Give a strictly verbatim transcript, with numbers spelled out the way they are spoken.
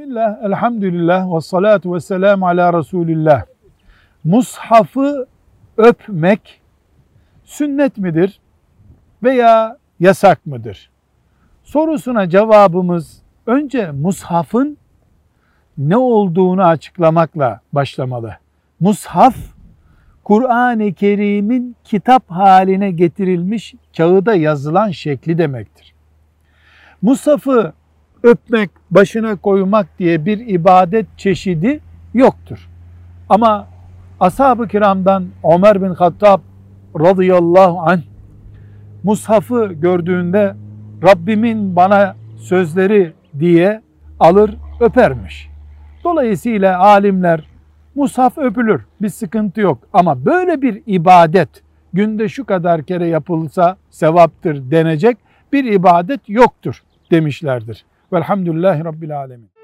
Bismillah, elhamdülillah ve salatu ve selamu ala Resulillah. Mushafı öpmek sünnet midir veya yasak mıdır? Sorusuna cevabımız önce mushafın ne olduğunu açıklamakla başlamalı. Mushaf, Kur'an-ı Kerim'in kitap haline getirilmiş kağıda yazılan şekli demektir. Mushafı öpmek, başına koymak diye bir ibadet çeşidi yoktur. Ama ashab-ı kiramdan Ömer bin Hattab radıyallahu anh mushafı gördüğünde Rabbimin bana sözleri diye alır öpermiş. Dolayısıyla alimler mushaf öpülür, bir sıkıntı yok. Ama böyle bir ibadet günde şu kadar kere yapılsa sevaptır denecek bir ibadet yoktur demişlerdir. Velhamdülillahi Rabbil Alemin.